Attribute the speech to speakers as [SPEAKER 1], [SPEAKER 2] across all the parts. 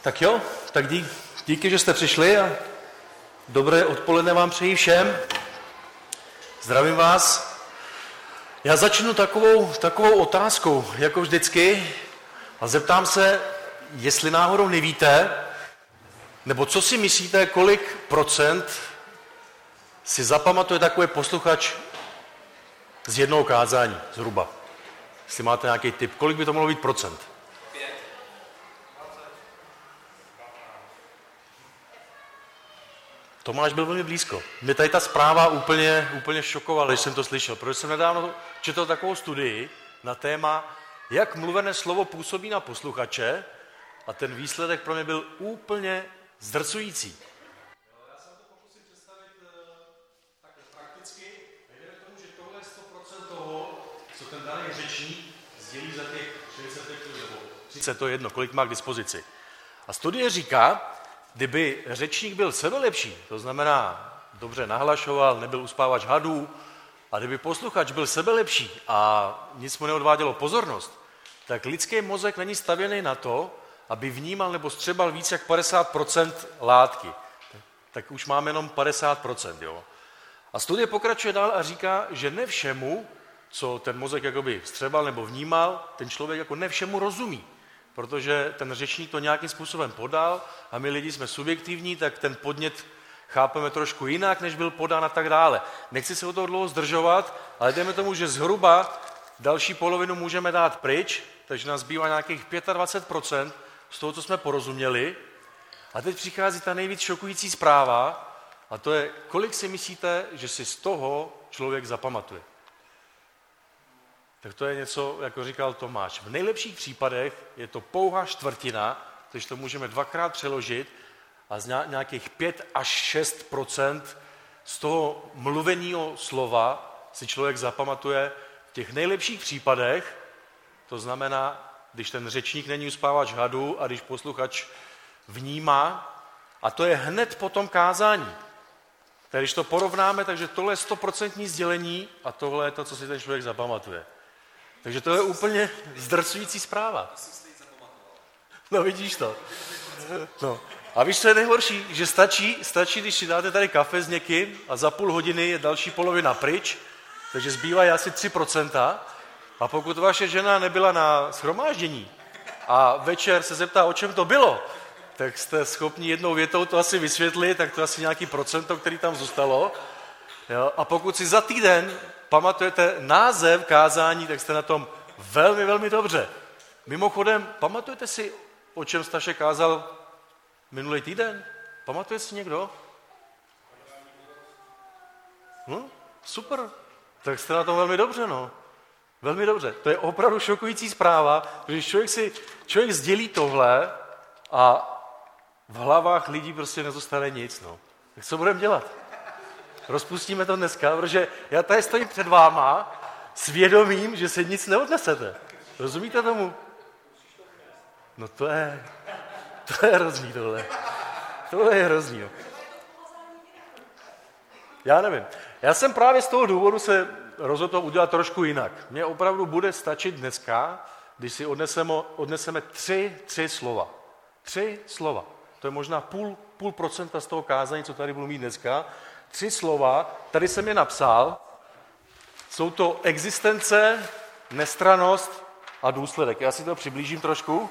[SPEAKER 1] Tak jo, tak díky, že jste přišli a dobré odpoledne vám přeji všem. Zdravím vás. Já začnu takovou otázkou, jako vždycky, a zeptám se, jestli náhodou nevíte, nebo co si myslíte, kolik procent si zapamatuje takový posluchač z jednoho kázání, zhruba. Jestli máte nějaký tip, kolik by to mohlo být procent? Tomáš byl velmi blízko. Mě tady ta zpráva úplně šokovala, když jsem to slyšel, protože jsem nedávno četl takovou studii na téma, jak mluvené slovo působí na posluchače, a ten výsledek pro mě byl úplně zdrcující. Já se to pokusím představit takhle prakticky. Jdeme k tomu, že tohle je 100% toho, co ten daný řečník sdělí za těch 65 nebo 30, to je jedno, kolik má k dispozici. A studie říká, kdyby řečník byl sebelepší, to znamená dobře nahlašoval, nebyl uspávač hadů, a kdyby posluchač byl sebelepší a nic mu neodvádělo pozornost, tak lidský mozek není stavěný na to, aby vnímal nebo střebal víc jak 50% látky. Tak už máme jenom 50%. Jo? A studie pokračuje dál a říká, že ne všemu, co ten mozek jakoby střebal nebo vnímal, ten člověk jako ne všemu rozumí. Protože ten řečník to nějakým způsobem podal a my lidi jsme subjektivní, tak ten podnět chápeme trošku jinak, než byl podán a tak dále. Nechci se o toho dlouho zdržovat, ale jdeme tomu, že zhruba další polovinu můžeme dát pryč, takže nás zbývá nějakých 25% z toho, co jsme porozuměli. A teď přichází ta nejvíc šokující zpráva, a to je, kolik si myslíte, že si z toho člověk zapamatuje. Tak to je něco, jako říkal Tomáš. V nejlepších případech je to pouhá čtvrtina, takže to můžeme dvakrát přeložit, a z nějakých 5 až 6% z toho mluveného slova si člověk zapamatuje v těch nejlepších případech, to znamená, když ten řečník není uspávač hadů a když posluchač vnímá, a to je hned po tom kázání. Tak když to porovnáme, takže tohle je 100% sdělení a tohle je to, co si ten člověk zapamatuje. Takže to je úplně zdrcující zpráva. No vidíš to. No. A víš, co je nejhorší? Že stačí, když si dáte tady kafe s někým a za půl hodiny je další polovina pryč, takže zbývají asi 3%. A pokud vaše žena nebyla na shromáždění a večer se zeptá, o čem to bylo, tak jste schopni jednou větou to asi vysvětlit, tak to asi nějaký procento, který tam zůstalo. Jo? A pokud si za týden pamatujete název kázání, tak jste na tom velmi, velmi dobře. Mimochodem, pamatujete si, o čem Stašek kázal minulý týden? Pamatuje si někdo? No, super. Tak jste na tom velmi dobře, no. Velmi dobře. To je opravdu šokující zpráva, protože člověk sdělí tohle a v hlavách lidí prostě nezůstane nic, no. Tak co budeme dělat? Rozpustíme to dneska, protože já tady stojím před váma s vědomím, že se nic neodnesete. Rozumíte tomu? No to je hrozný tohle. Tohle je hrozný. No. Já nevím. Já jsem právě z toho důvodu se rozhodl udělat trošku jinak. Mně opravdu bude stačit dneska, když si odneseme tři slova. 3 slova. To je možná půl procenta z toho kázání, co tady budu mít dneska. 3 slova, tady jsem je napsal. Jsou to existence, nestrannost a důsledek. Já si to přiblížím trošku.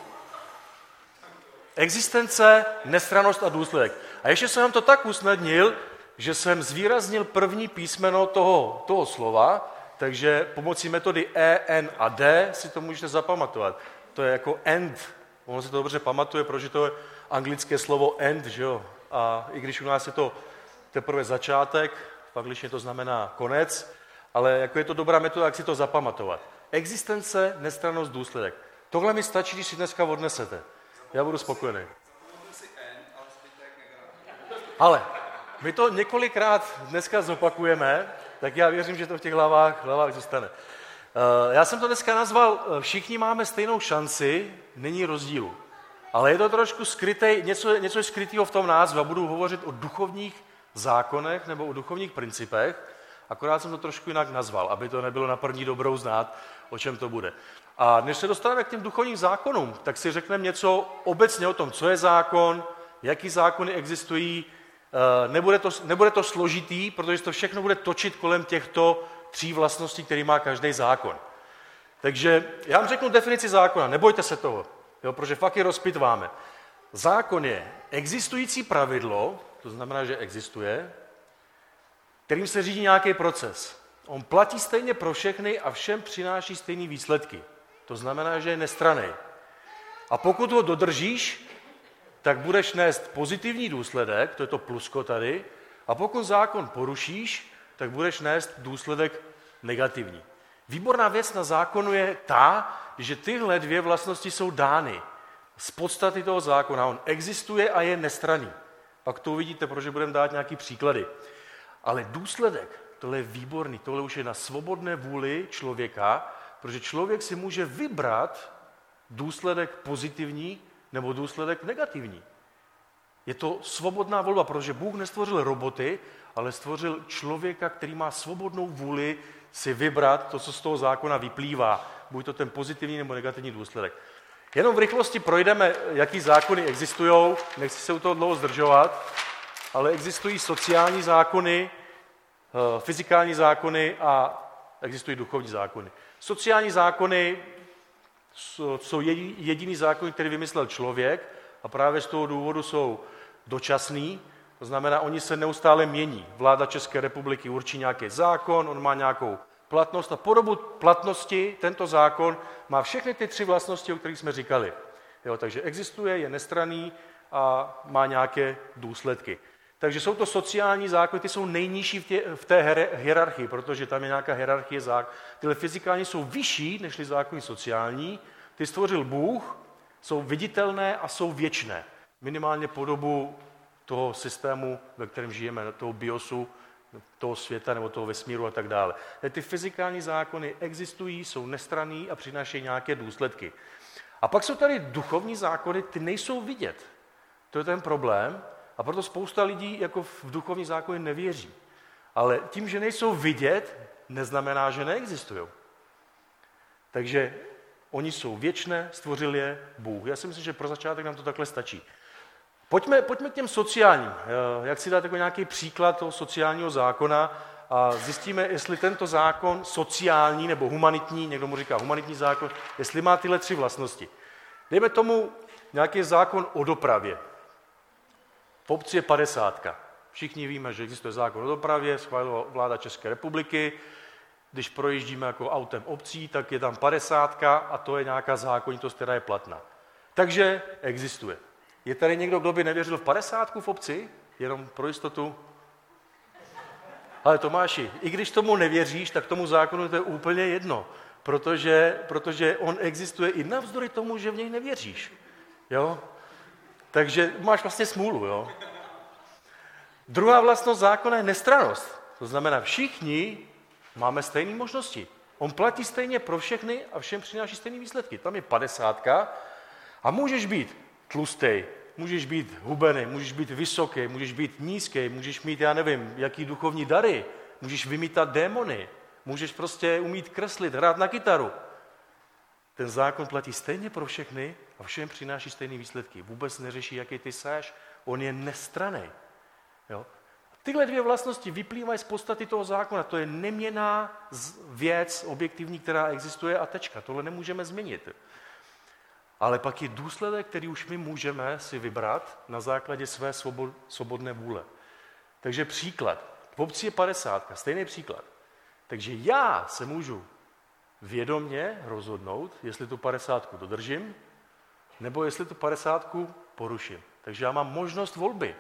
[SPEAKER 1] Existence, nestrannost a důsledek. A ještě jsem vám to tak usnadnil, že jsem zvýraznil první písmeno toho slova, takže pomocí metody E, N a D si to můžete zapamatovat. To je jako end. Ono se to dobře pamatuje, protože to je anglické slovo end, že jo? A i když u nás je to teprve začátek, v angličtině to znamená konec, ale jako je to dobrá metoda, jak si to zapamatovat. Existence, nestrannost, důsledek. Tohle mi stačí, když si dneska odnesete. Já budu spokojený. Ale my to několikrát dneska zopakujeme, tak já věřím, že to v těch hlavách zůstane. Já jsem to dneska nazval Všichni máme stejnou šanci, není rozdílu. Ale je to trošku skrytej, něco je skrytého v tom názvu a budu hovořit o duchovních zákonech nebo o duchovních principech, akorát jsem to trošku jinak nazval, aby to nebylo na první dobrou znát, o čem to bude. A než se dostaneme k těm duchovním zákonům, tak si řekneme něco obecně o tom, co je zákon, jaký zákony existují. Nebude to složitý, protože se to všechno bude točit kolem těchto 3 vlastností, který má každý zákon. Takže já vám řeknu definici zákona, nebojte se toho, jo, protože fakt je rozpitváme. Zákon je existující pravidlo, to znamená, že existuje, kterým se řídí nějaký proces. On platí stejně pro všechny a všem přináší stejné výsledky. To znamená, že je nestranný. A pokud ho dodržíš, tak budeš nést pozitivní důsledek, to je to plusko tady, a pokud zákon porušíš, tak budeš nést důsledek negativní. Výborná věc na zákonu je ta, že tyhle 2 vlastnosti jsou dány z podstaty toho zákona. On existuje a je nestranný. Pak to uvidíte, protože budeme dát nějaký příklady. Ale důsledek, tohle je výborný, tohle už je na svobodné vůli člověka, protože člověk si může vybrat důsledek pozitivní nebo důsledek negativní. Je to svobodná volba, protože Bůh nestvořil roboty, ale stvořil člověka, který má svobodnou vůli si vybrat to, co z toho zákona vyplývá. Buď to ten pozitivní nebo negativní důsledek. Jenom v rychlosti projdeme, jaký zákony existují, nechci se u toho dlouho zdržovat, ale existují sociální zákony, fyzikální zákony a existují duchovní zákony. Sociální zákony jsou jediný zákon, který vymyslel člověk a právě z toho důvodu jsou dočasný, to znamená, oni se neustále mění. Vláda České republiky určí nějaký zákon, on má nějakou platnost a po dobu platnosti tento zákon má všechny ty 3 vlastnosti, o kterých jsme říkali. Jo, takže existuje, je nestranný a má nějaké důsledky. Takže jsou to sociální zákony, ty jsou nejnižší v té hierarchii, protože tam je nějaká hierarchie zákonů. Tyhle fyzikální jsou vyšší než zákony sociální, ty stvořil Bůh, jsou viditelné a jsou věčné. Minimálně po dobu toho systému, ve kterém žijeme, toho biosu, toho světa nebo toho vesmíru a tak dále. Ty fyzikální zákony existují, jsou nestranný a přinášejí nějaké důsledky. A pak jsou tady duchovní zákony, ty nejsou vidět. To je ten problém a proto spousta lidí jako v duchovní zákony nevěří. Ale tím, že nejsou vidět, neznamená, že neexistují. Takže oni jsou věčné, stvořil je Bůh. Já si myslím, že pro začátek nám to takhle stačí. Pojďme k těm sociálním. Jak si dát jako nějaký příklad toho sociálního zákona a zjistíme, jestli tento zákon sociální nebo humanitní, někdo mu říká humanitní zákon, jestli má tyhle 3 vlastnosti. Dejme tomu nějaký zákon o dopravě. V obci je 50. Všichni víme, že existuje zákon o dopravě, schválila vláda České republiky. Když projíždíme jako autem obcí, tak je tam 50 a to je nějaká zákonitost, která je platná. Takže existuje. Je tady někdo, kdo by nevěřil v 50 v obci? Jenom pro jistotu. Ale Tomáši, i když tomu nevěříš, tak tomu zákonu to je úplně jedno, protože on existuje i navzdory tomu, že v něj nevěříš. Jo? Takže máš vlastně smůlu. Jo? Druhá vlastnost zákona je nestrannost. To znamená, všichni máme stejné možnosti. On platí stejně pro všechny a všem přináší stejné výsledky. Tam je 50 a můžeš být tlustej, můžeš být hubený, můžeš být vysoký, můžeš být nízký, můžeš mít, já nevím, jaký duchovní dary, můžeš vymítat démony, můžeš prostě umít kreslit, hrát na kytaru. Ten zákon platí stejně pro všechny a všem přináší stejné výsledky. Vůbec neřeší, jaký ty seš, on je nestranný. Jo? Tyhle 2 vlastnosti vyplývají z podstaty toho zákona. To je neměnná věc objektivní, která existuje a tečka. Tohle nemůžeme změnit. Ale pak je důsledek, který už my můžeme si vybrat na základě své svobodné vůle. Takže příklad. V obci je 50, stejný příklad. Takže já se můžu vědomě rozhodnout, jestli tu 50 dodržím, nebo jestli tu 50 poruším. Takže já mám možnost volby.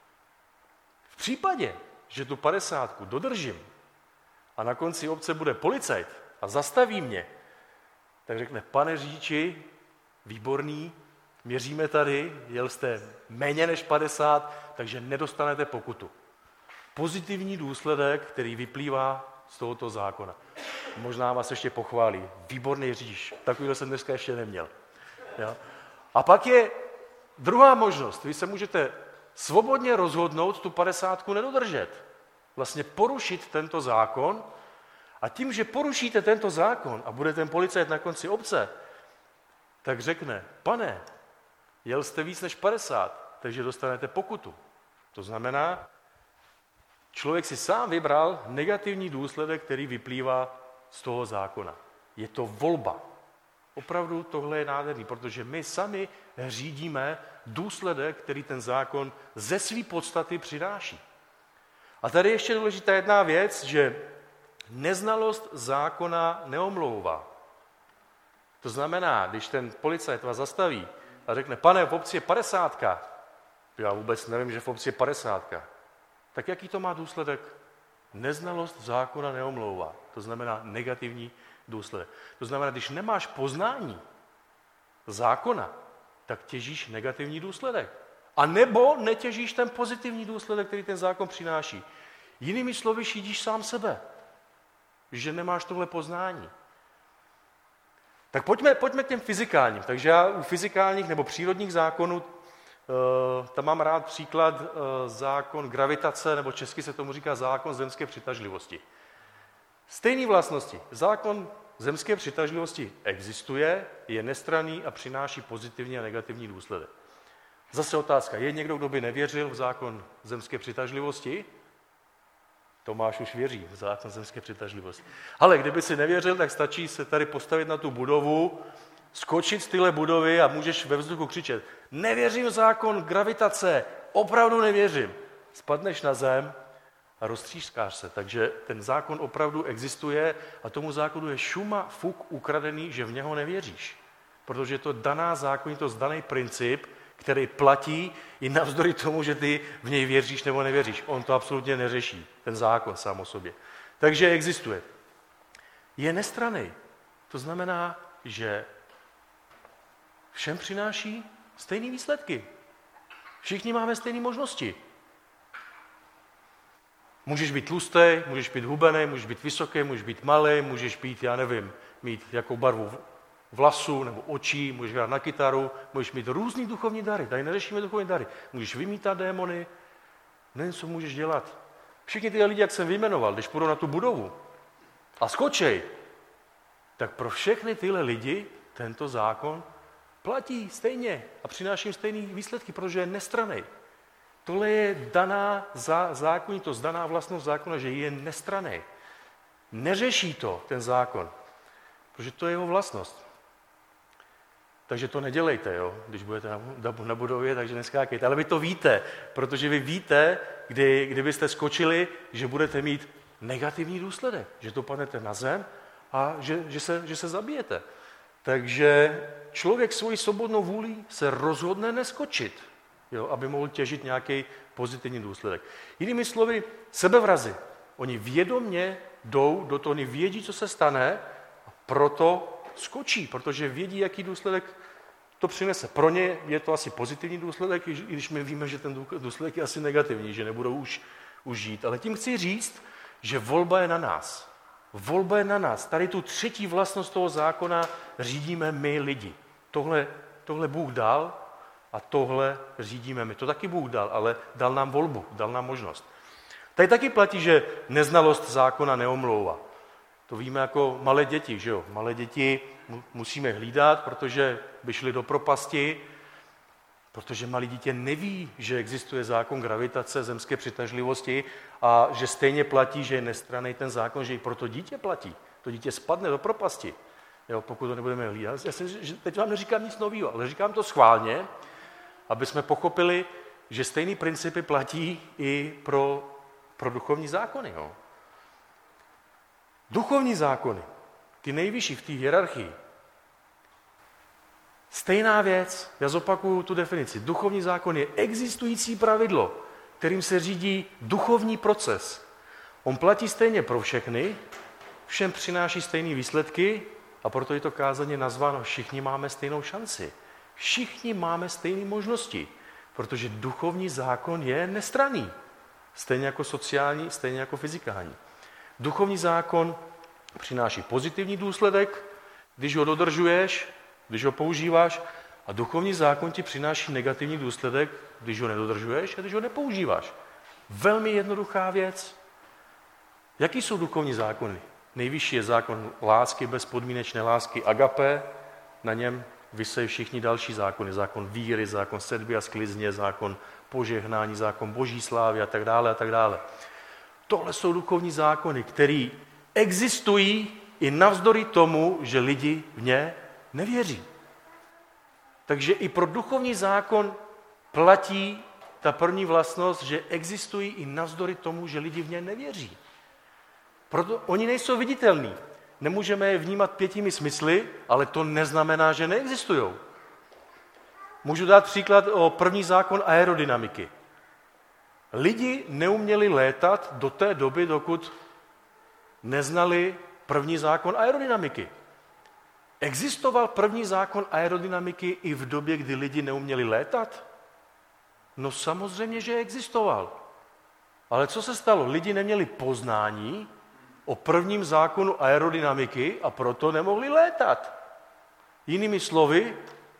[SPEAKER 1] V případě, že tu 50 dodržím a na konci obce bude policajt a zastaví mě, tak řekne, pane řidiči, výborný, měříme tady, jel jste méně než 50, takže nedostanete pokutu. Pozitivní důsledek, který vyplývá z tohoto zákona. Možná vás ještě pochválí. Výborný řidič, takovýhle jsem dneska ještě neměl. Jo? A pak je druhá možnost. Vy se můžete svobodně rozhodnout tu 50 nedodržet. Vlastně porušit tento zákon A tím, že porušíte tento zákon a bude ten policajt na konci obce, tak řekne, pane, jel jste víc než 50, takže dostanete pokutu. To znamená, člověk si sám vybral negativní důsledek, který vyplývá z toho zákona. Je to volba. Opravdu tohle je nádherný, protože my sami řídíme důsledek, který ten zákon ze své podstaty přináší. A tady ještě důležitá jedna věc, že neznalost zákona neomlouvá. To znamená, když ten policajt vás zastaví a řekne, pane, v obci je 50, já vůbec nevím, že v obci je 50, tak jaký to má důsledek? Neznalost zákona neomlouvá. To znamená negativní důsledek. To znamená, když nemáš poznání zákona, tak těžíš negativní důsledek. A nebo netěžíš ten pozitivní důsledek, který ten zákon přináší. Jinými slovy, šídíš sám sebe, že nemáš tohle poznání. Tak pojďme k těm fyzikálním. Takže já u fyzikálních nebo přírodních zákonů tam mám rád příklad zákon gravitace, nebo česky se tomu říká zákon zemské přitažlivosti. Stejné vlastnosti. Zákon zemské přitažlivosti existuje, je nestranný a přináší pozitivní a negativní důsledek. Zase otázka, je někdo, kdo by nevěřil v zákon zemské přitažlivosti? Tomáš už věří v zákon zemské přitažlivosti. Ale kdyby si nevěřil, tak stačí se tady postavit na tu budovu, skočit z téhle budovy a můžeš ve vzduchu křičet, nevěřím v zákon gravitace, opravdu nevěřím. Spadneš na zem a roztřískáš se. Takže ten zákon opravdu existuje a tomu zákonu je šuma fuk ukradený, že v něho nevěříš. Protože je to daná zákonitost, daný princip, který platí i navzdory tomu, že ty v něj věříš nebo nevěříš. On to absolutně neřeší, ten zákon sám o sobě. Takže existuje. Je nestranný. To znamená, že všem přináší stejné výsledky. Všichni máme stejné možnosti. Můžeš být tlustý, můžeš být hubený, můžeš být vysoký, můžeš být malý, můžeš být, já nevím, mít jakou barvu vlasu nebo očí, můžeš hrát na kytaru, můžeš mít různý duchovní dary. Tady neřešíme duchovní dary. Můžeš vymítat démony, nevím, co můžeš dělat. Všichni ty lidi, jak jsem vyjmenoval, když půjdou na tu budovu a skočej, tak pro všechny tyhle lidi tento zákon platí stejně a přináší jim stejné výsledky, protože je nestranný. Tohle je daná zákonitost, daná vlastnost zákona, že je nestranný. Neřeší to ten zákon, protože to je jeho vlastnost. Takže to nedělejte, jo? Když budete na budově, takže neskákejte. Ale vy to víte, protože vy víte, kdybyste skočili, že budete mít negativní důsledek, že to padnete na zem a že se zabijete. Takže člověk svojí svobodnou vůlí se rozhodne neskočit, jo, aby mohl těžit nějaký pozitivní důsledek. Jinými slovy, sebevrazi. Oni vědomě jdou do toho, oni vědí, co se stane, a proto skočí, protože vědí, jaký důsledek to přinese. Pro ně je to asi pozitivní důsledek, i když my víme, že ten důsledek je asi negativní, že nebudou už žít. Ale tím chci říct, že volba je na nás. Volba je na nás. Tady tu třetí vlastnost toho zákona řídíme my lidi. Tohle Bůh dal a tohle řídíme my. To taky Bůh dal, ale dal nám volbu, dal nám možnost. Tady taky platí, že neznalost zákona neomlouvá. To víme jako malé děti, že jo? Malé děti musíme hlídat, protože by šli do propasti, protože malé dítě neví, že existuje zákon gravitace, zemské přitažlivosti a že stejně platí, že je nestranný ten zákon, že i pro to dítě platí. To dítě spadne do propasti, jo, pokud to nebudeme hlídat. Teď vám neříkám nic nového, ale říkám to schválně, aby jsme pochopili, že stejný principy platí i pro duchovní zákony. Jo. Duchovní zákony, ty nejvyšší v té hierarchii, stejná věc, já zopakuju tu definici. Duchovní zákon je existující pravidlo, kterým se řídí duchovní proces. On platí stejně pro všechny, všem přináší stejné výsledky a proto je to kázání nazváno všichni máme stejnou šanci. Všichni máme stejné možnosti, protože duchovní zákon je nestranný. Stejně jako sociální, stejně jako fyzikální. Duchovní zákon přináší pozitivní důsledek, když ho dodržuješ, když ho používáš, a duchovní zákon ti přináší negativní důsledek, když ho nedodržuješ a když ho nepoužíváš. Velmi jednoduchá věc. Jaký jsou duchovní zákony? Nejvyšší je zákon lásky, bezpodmínečné lásky, agape, na něm visejí všichni další zákony. Zákon víry, zákon sedby a sklizně, zákon požehnání, zákon boží slávy a tak dále a tak dále. Tohle jsou duchovní zákony, které existují i navzdory tomu, že lidi v ně nevěří. Takže i pro duchovní zákon platí ta první vlastnost, že existují i navzdory tomu, že lidi v ně nevěří. Proto oni nejsou viditelní. Nemůžeme je vnímat 5 smysly, ale to neznamená, že neexistují. Můžu dát příklad o první zákon aerodynamiky. Lidi neuměli létat do té doby, dokud neznali první zákon aerodynamiky. Existoval první zákon aerodynamiky i v době, kdy lidi neuměli létat? No samozřejmě, že existoval. Ale co se stalo? Lidi neměli poznání o prvním zákonu aerodynamiky a proto nemohli létat. Jinými slovy,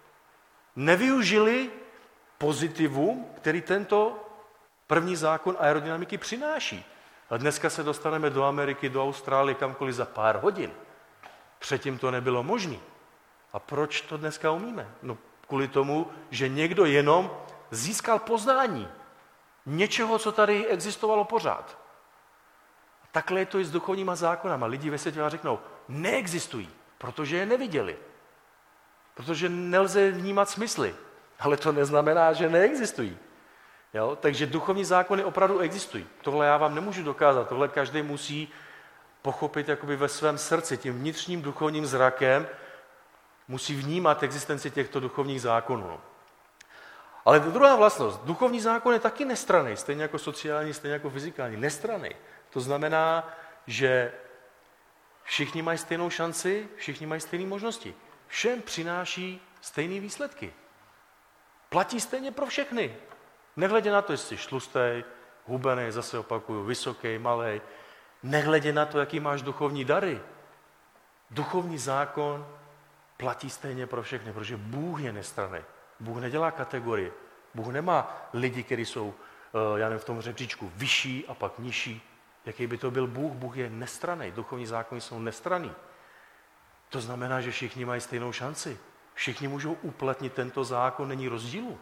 [SPEAKER 1] nevyužili pozitivum, který tento první zákon aerodynamiky přináší. A dneska se dostaneme do Ameriky, do Austrálie, kamkoliv za pár hodin. Předtím to nebylo možné. A proč to dneska umíme? No kvůli tomu, že někdo jenom získal poznání něčeho, co tady existovalo pořád. Takhle je to i s duchovníma zákonama. Lidi ve světě vám řeknou, neexistují, protože je neviděli. Protože nelze vnímat smysly. Ale to neznamená, že neexistují. Jo? Takže duchovní zákony opravdu existují. Tohle já vám nemůžu dokázat. Tohle každý musí pochopit jakoby ve svém srdci, tím vnitřním duchovním zrakem, musí vnímat existenci těchto duchovních zákonů. Ale druhá vlastnost, duchovní zákon je taky nestranný, stejně jako sociální, stejně jako fyzikální, nestranný. To znamená, že všichni mají stejnou šanci, všichni mají stejné možnosti. Všem přináší stejné výsledky. Platí stejně pro všechny. Nehledě na to, jestli jsi tlustej, hubenej, zase opakuju, vysoký, malej. Nehledě na to, jaký máš duchovní dary. Duchovní zákon platí stejně pro všechny, protože Bůh je nestranný. Bůh nedělá kategorie. Bůh nemá lidi, kteří jsou, já nevím, v tom řebříčku vyšší a pak nižší. Jaký by to byl Bůh? Bůh je nestranný. Duchovní zákony jsou nestranný. To znamená, že všichni mají stejnou šanci. Všichni můžou uplatnit tento zákon, není rozdílu.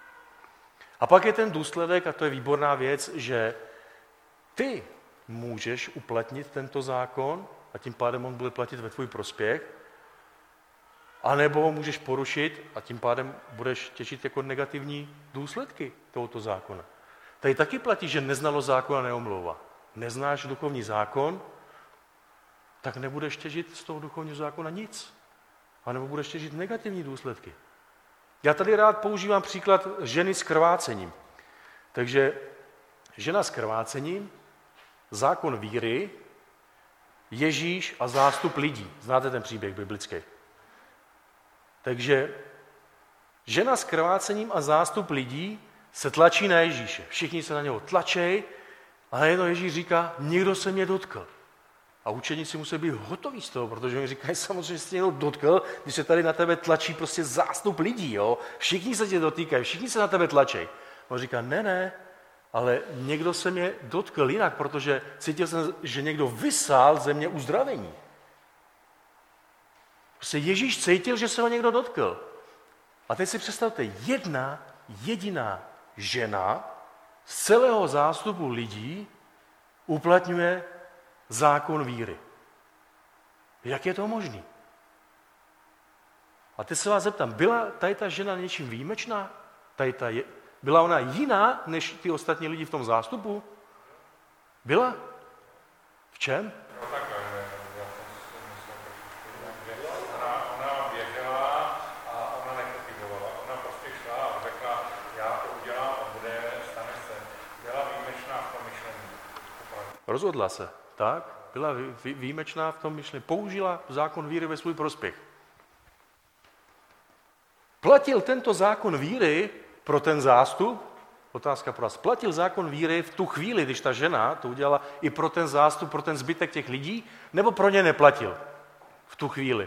[SPEAKER 1] A pak je ten důsledek, a to je výborná věc, že ty můžeš uplatnit tento zákon a tím pádem on bude platit ve tvůj prospěch, anebo ho můžeš porušit a tím pádem budeš těšit jako negativní důsledky tohoto zákona. Tady taky platí, že neznalost zákona neomlouvá. Neznáš duchovní zákon, tak nebudeš těžit z toho duchovního zákona nic. A nebo budeš těžit negativní důsledky. Já tady rád používám příklad ženy s krvácením. Takže žena s krvácením, zákon víry, Ježíš a zástup lidí. Znáte ten příběh biblický. Takže žena s krvácením a zástup lidí se tlačí na Ježíše. Všichni se na něho tlačejí a najednou Ježíš říká, někdo se mě dotkl. A učeníci musí být hotoví z toho, protože oni říkají, samozřejmě se někdo dotkl, když se tady na tebe tlačí prostě zástup lidí, jo? Všichni se tě dotýkají, všichni se na tebe tlačí. On říká, ne, ale někdo se mě dotkl jinak, protože cítil jsem, že někdo vysál ze mě uzdravení. Prostě Ježíš cítil, že se ho někdo dotkl. A teď si představte, jedna jediná žena z celého zástupu lidí uplatňuje zákon víry. Jak je to možné? A teď se vás zeptám, byla tady ta žena něčím výjimečná? Byla ona jiná než ty ostatní lidi v tom zástupu? Byla? V čem?
[SPEAKER 2] No takhle, ona věřila a ona nepochybovala. Ona prostě šla a řekla, já to udělám a bude, stane se. Byla výjimečná v tom myšlení.
[SPEAKER 1] Rozhodla se, tak? Byla výjimečná v tom myšlení. Použila zákon víry ve svůj prospěch. Platil tento zákon víry pro ten zástup? Otázka pro vás. Platil zákon víry v tu chvíli, když ta žena to udělala i pro ten zástup, pro ten zbytek těch lidí, nebo pro ně neplatil v tu chvíli?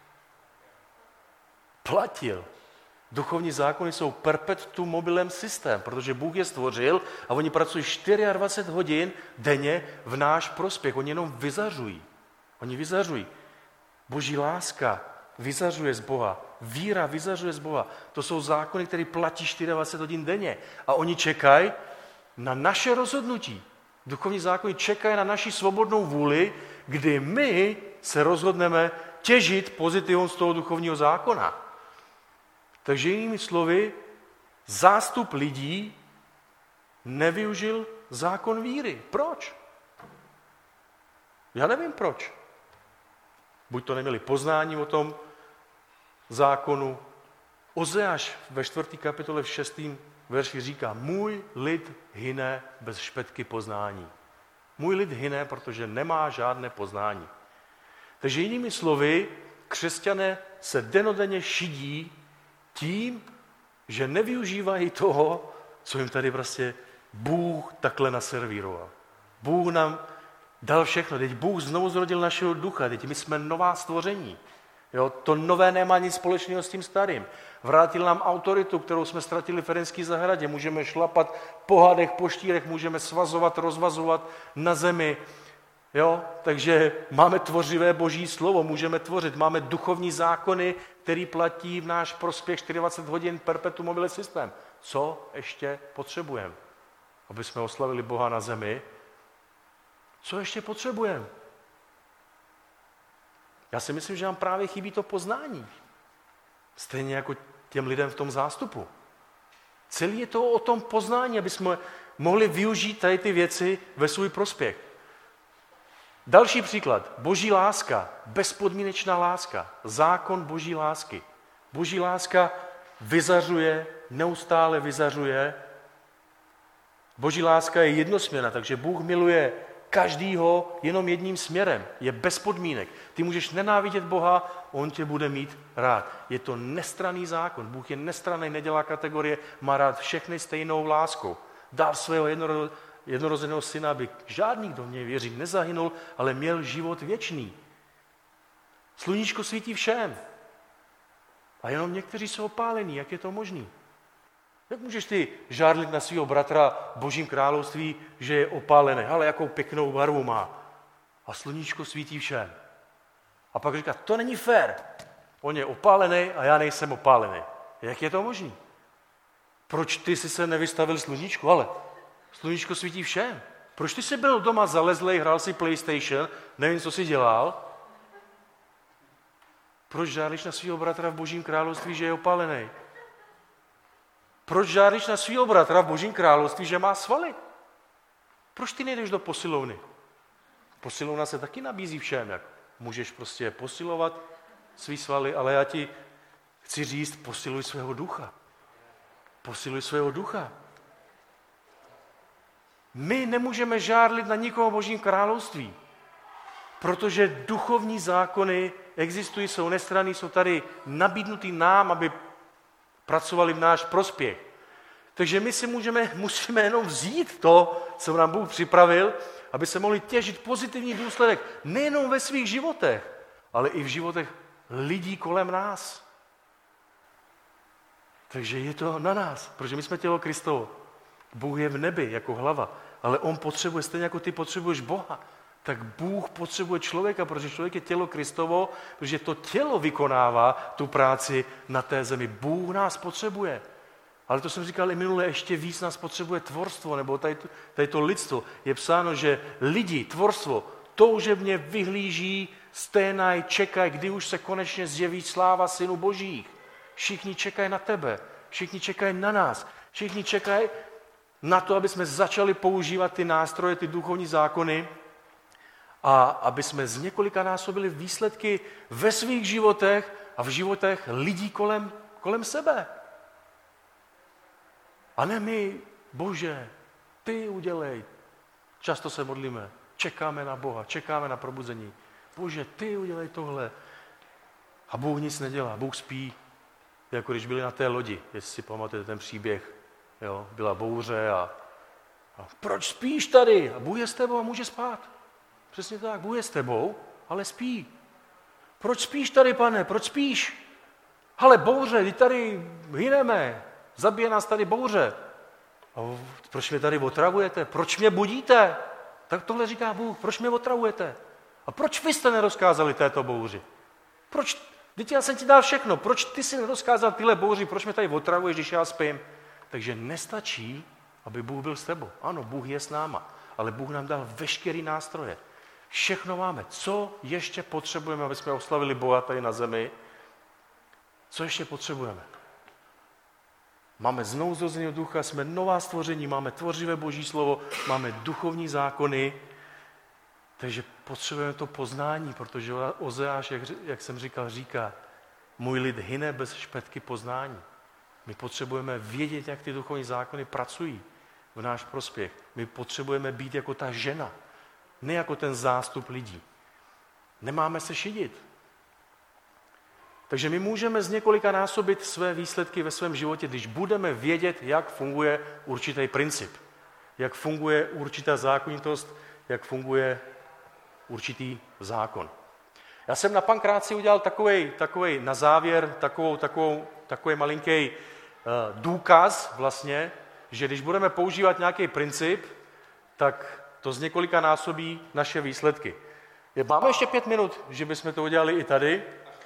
[SPEAKER 1] Platil. Duchovní zákony jsou perpetuum mobilem systém, protože Bůh je stvořil a oni pracují 24 hodin denně v náš prospěch. Oni jenom vyzařují. Oni vyzařují. Boží láska vyzařuje z Boha. Víra vyzařuje z Boha. To jsou zákony, které platí 24 hodin denně. A oni čekají na naše rozhodnutí. Duchovní zákony čekají na naši svobodnou vůli, kdy my se rozhodneme těžit pozitivum z toho duchovního zákona. Takže jinými slovy, zástup lidí nevyužil zákon víry. Proč? Já nevím proč. Buď to neměli poznání o tom zákonu. Ozeáš ve 4. kapitole v 6. verši říká, můj lid hyne bez špetky poznání. Můj lid hyne, protože nemá žádné poznání. Takže jinými slovy, křesťané se dennodenně šidí tím, že nevyužívají toho, co jim tady prostě Bůh takhle naservíroval. Bůh nám dal všechno. Teď Bůh znovu zrodil našeho ducha. Teď my jsme nová stvoření. Jo, to nové nemá nic společného s tím starým. Vrátil nám autoritu, kterou jsme ztratili v Edenské zahradě. Můžeme šlapat po hadech, po štírech, můžeme svazovat, rozvazovat na zemi. Jo, takže máme tvořivé boží slovo, můžeme tvořit. Máme duchovní zákony, který platí v náš prospěch 24 hodin perpetuum mobile systém. Co ještě potřebujeme? Aby jsme oslavili Boha na zemi. Co ještě potřebujeme? Já si myslím, že nám právě chybí to poznání. Stejně jako těm lidem v tom zástupu. Celý je to o tom poznání, aby jsme mohli využít tady ty věci ve svůj prospěch. Další příklad. Boží láska. Bezpodmínečná láska. Zákon boží lásky. Boží láska vyzařuje, neustále vyzařuje. Boží láska je jednosměrná, takže Bůh miluje každýho jenom jedním směrem. Je bez podmínek. Ty můžeš nenávidět Boha, on tě bude mít rád. Je to nestranný zákon. Bůh je nestranný, nedělá kategorie, má rád všechny stejnou láskou. Dal svého jednorozeného syna, aby žádný, kdo v něj věří, nezahynul, ale měl život věčný. Sluníčko svítí všem. A jenom někteří jsou opálení. Jak je to možný? Jak můžeš ty žárlit na svého bratra v Božím království, že je opálený? Ale jakou pěknou barvu má. A sluníčko svítí všem. A pak říká, to není fér. On je opálený a já nejsem opálený. Jak je to možný? Proč ty jsi se nevystavil sluníčku? Ale sluníčko svítí všem. Proč ty jsi byl doma zalezlej, hrál si PlayStation, nevím, co jsi dělal? Proč žárlíš na svého bratra v Božím království, že je opálený? Proč žárlíš na svého bratra v Božím království, že má svaly? Proč ty nejdeš do posilovny? Posilovna se taky nabízí všem, jak můžeš prostě posilovat svý svaly, ale já ti chci říct, posiluj svého ducha. Posiluj svého ducha. My nemůžeme žárlit na nikoho v Božím království, protože duchovní zákony existují, jsou nestranný, jsou tady nabídnutý nám, aby pracovali v náš prospěch. Takže my si musíme jenom vzít to, co nám Bůh připravil, aby se mohli těžit pozitivní důsledek nejenom ve svých životech, ale i v životech lidí kolem nás. Takže je to na nás, protože my jsme tělo Kristovo. Bůh je v nebi jako hlava, ale on potřebuje, stejně jako ty potřebuješ Boha, tak Bůh potřebuje člověka, protože člověk je tělo Kristovo, protože to tělo vykonává tu práci na té zemi. Bůh nás potřebuje. Ale to jsem říkal i minule, ještě víc nás potřebuje tvorstvo, nebo tady to lidstvo. Je psáno, že lidi, tvorstvo, toužebně vyhlíží, sténají, čekají, kdy už se konečně zjeví sláva Synu Božích. Všichni čekají na tebe, všichni čekají na nás, všichni čekají na to, aby jsme začali používat ty nástroje, ty duchovní zákony, a aby jsme zněkolikanásobili výsledky ve svých životech a v životech lidí kolem sebe. A ne my, Bože, ty udělej. Často se modlíme, čekáme na Boha, čekáme na probuzení. Bože, ty udělej tohle. A Bůh nic nedělá, Bůh spí. Jako když byli na té lodi, jestli si pamatujete ten příběh. Jo, byla bouře a proč spíš tady? A Bůh je s tebou a může spát. Přesně tak, Bůh je s tebou, ale spí. Proč spíš tady, Pane, proč spíš? Ale bouře, teď tady hyneme, zabije nás tady bouře. A proč mě tady otravujete? Proč mě budíte? Tak tohle říká Bůh, proč mě otravujete? A proč vy jste nerozkázali této bouři? Proč? Vždyť já jsem ti dal všechno. Proč ty si nerozkázal tyhle bouři? Proč mě tady otravuješ, když já spím? Takže nestačí, aby Bůh byl s tebou. Ano, Bůh je s náma, ale Bůh nám dal veškerý nástroje. Všechno máme. Co ještě potřebujeme, aby jsme oslavili Boha tady na zemi? Co ještě potřebujeme? Máme znovuzrozeného ducha, jsme nová stvoření, máme tvořivé Boží slovo, máme duchovní zákony, takže potřebujeme to poznání, protože Ozeáš, jak jsem říká, můj lid hyne bez špetky poznání. My potřebujeme vědět, jak ty duchovní zákony pracují v náš prospěch. My potřebujeme být jako ta žena, ne jako ten zástup lidí. Nemáme se šidit. Takže my můžeme z několika násobit své výsledky ve svém životě, když budeme vědět, jak funguje určitý princip, jak funguje určitá zákonitost, jak funguje určitý zákon. Já jsem na Pankráci udělal takovej na závěr, takový malinký důkaz vlastně, že když budeme používat nějaký princip, tak to z několika násobí naše výsledky. Máme ještě 5 minut, že bychom to udělali i tady,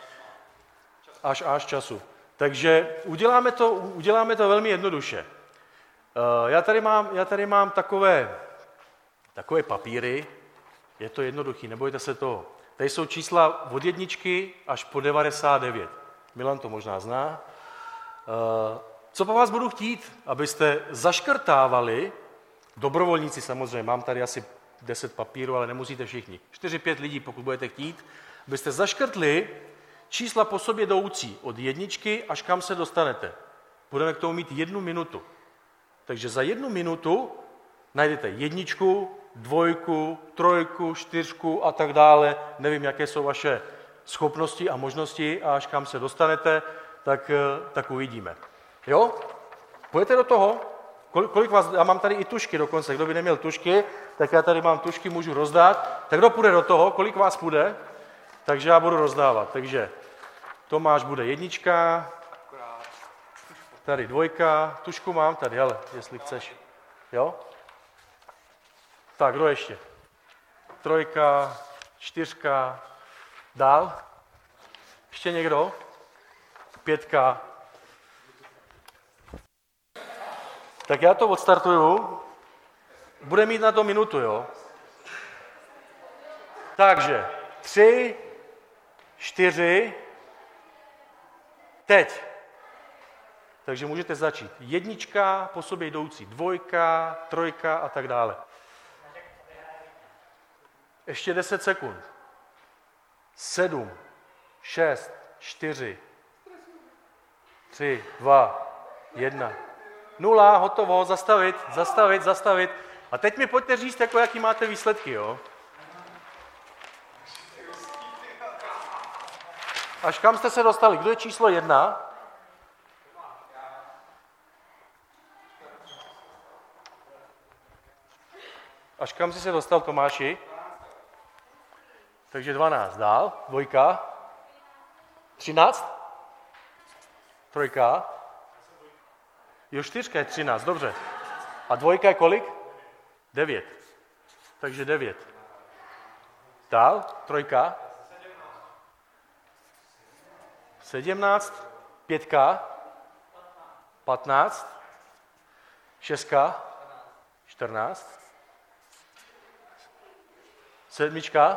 [SPEAKER 1] až času. Takže uděláme to velmi jednoduše. Já tady mám takové papíry, je to jednoduchý, nebojte se toho. Tady jsou čísla od 1 až po 99. Milan to možná zná. Co po vás budu chtít? Abyste zaškrtávali, dobrovolníci samozřejmě, mám tady asi 10 papírů, ale nemusíte všichni. 4-5 lidí, pokud budete chtít, abyste zaškrtli čísla po sobě jdoucí od 1 až kam se dostanete. Budeme k tomu mít 1 minutu. Takže za 1 minutu najdete 1, 2, 3, 4 a tak dále. Nevím, jaké jsou vaše schopnosti a možnosti a až kam se dostanete, tak uvidíme. Jo? Půjdete do toho? Kolik vás, já mám tady i tušky dokonce, kdo by neměl tušky, tak já tady mám tušky, můžu rozdat. Tak kdo půjde do toho, kolik vás půjde? Takže já budu rozdávat. Takže Tomáš bude 1, tady 2, tušku mám tady, hele, jestli chceš. Jo? Tak, kdo ještě? 3, 4, dál? Ještě někdo? 5. Tak já to odstartuju. Bude mít na to minutu, jo? Takže 3, 4, teď. Takže můžete začít. 1, po sobě jdoucí, 2, 3 a tak dále. Ještě 10 sekund. 7, 6, 4, 3, 2, 1. 0, hotovo, zastavit. A teď mi pojďte říct, jaký máte výsledky, jo? Až kam jste se dostali? Kdo je číslo 1? Až kam jsi se dostal, Tomáši? Takže 12. Dál. 2. 13. 3. Jo, 4 je 13, dobře. A 2 je kolik? 9. Takže 9. Dál. 3. 17. 5. 15. 6. 14. 7.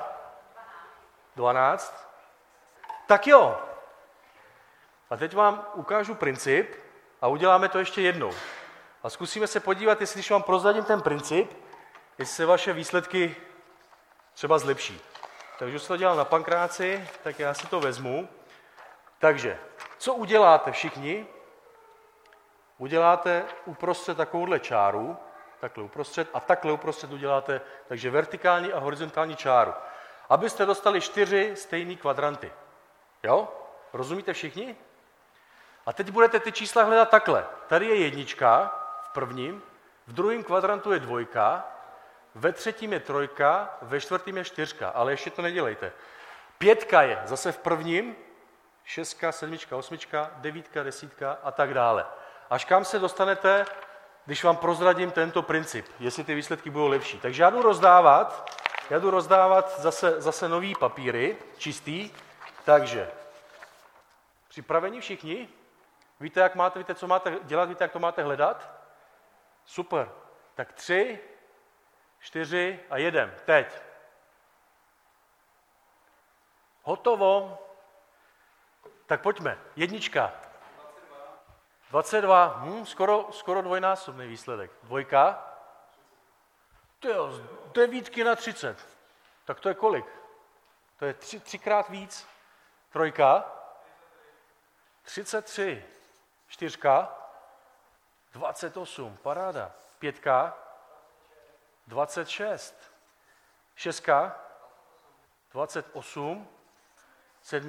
[SPEAKER 1] 12. Tak jo. A teď vám ukážu princip a uděláme to ještě jednou. A zkusíme se podívat, jestli když vám prozradím ten princip, jestli se vaše výsledky třeba zlepší. Takže už jsem to dělal na Pankráci, tak já si to vezmu. Takže, co uděláte všichni? Uděláte uprostřed takovouhle čáru, takhle uprostřed a takhle uprostřed uděláte, takže vertikální a horizontální čáru. Abyste dostali 4 stejné kvadranty. Jo? Rozumíte všichni? A teď budete ty čísla hledat takhle. Tady je 1 v prvním, v druhém kvadrantu je 2, ve třetím je 3, ve čtvrtém je 4, ale ještě to nedělejte. 5 je zase v prvním, 6, 7, 8, 9, 10 a tak dále. Až kam se dostanete, když vám prozradím tento princip, jestli ty výsledky budou lepší. Takže já jdu rozdávat Já jdu rozdávat zase nový papíry, čistý, takže připraveni všichni? Víte, co máte dělat, víte, jak to máte hledat? Super. Tak 3, 4 a jedem. Teď. Hotovo. Tak pojďme. 1. 22. Skoro dvojnásobný výsledek. 2. Tyjo, 9 na 30. Tak to je kolik? To je 3krát víc. 3. 33. 4. 28. Paráda. 5. 26. 6. 28. 7.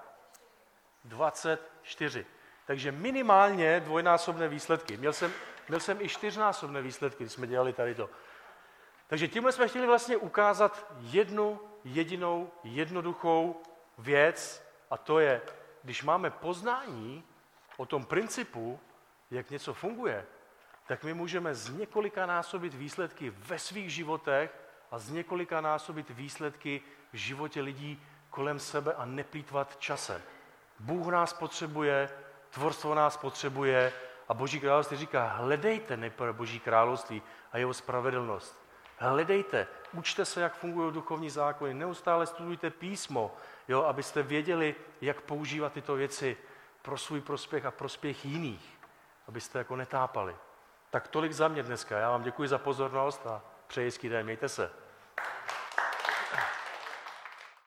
[SPEAKER 1] 24. Takže minimálně dvojnásobné výsledky. Měl jsem i 4násobné výsledky, když jsme dělali tady to. Takže tímhle jsme chtěli vlastně ukázat jednu jedinou jednoduchou věc, a to je, když máme poznání o tom principu, jak něco funguje, tak my můžeme zněkolikanásobit výsledky ve svých životech a zněkolikanásobit výsledky v životě lidí kolem sebe a neplýtvat časem. Bůh nás potřebuje, tvorstvo nás potřebuje a Boží království říká, hledejte nejprve Boží království a jeho spravedlnost. Hledejte, učte se, jak fungují duchovní zákony, neustále studujte písmo, jo, abyste věděli, jak používat tyto věci pro svůj prospěch a prospěch jiných, abyste jako netápali. Tak tolik za mě dneska. Já vám děkuji za pozornost a přeji hezký den. Mějte se.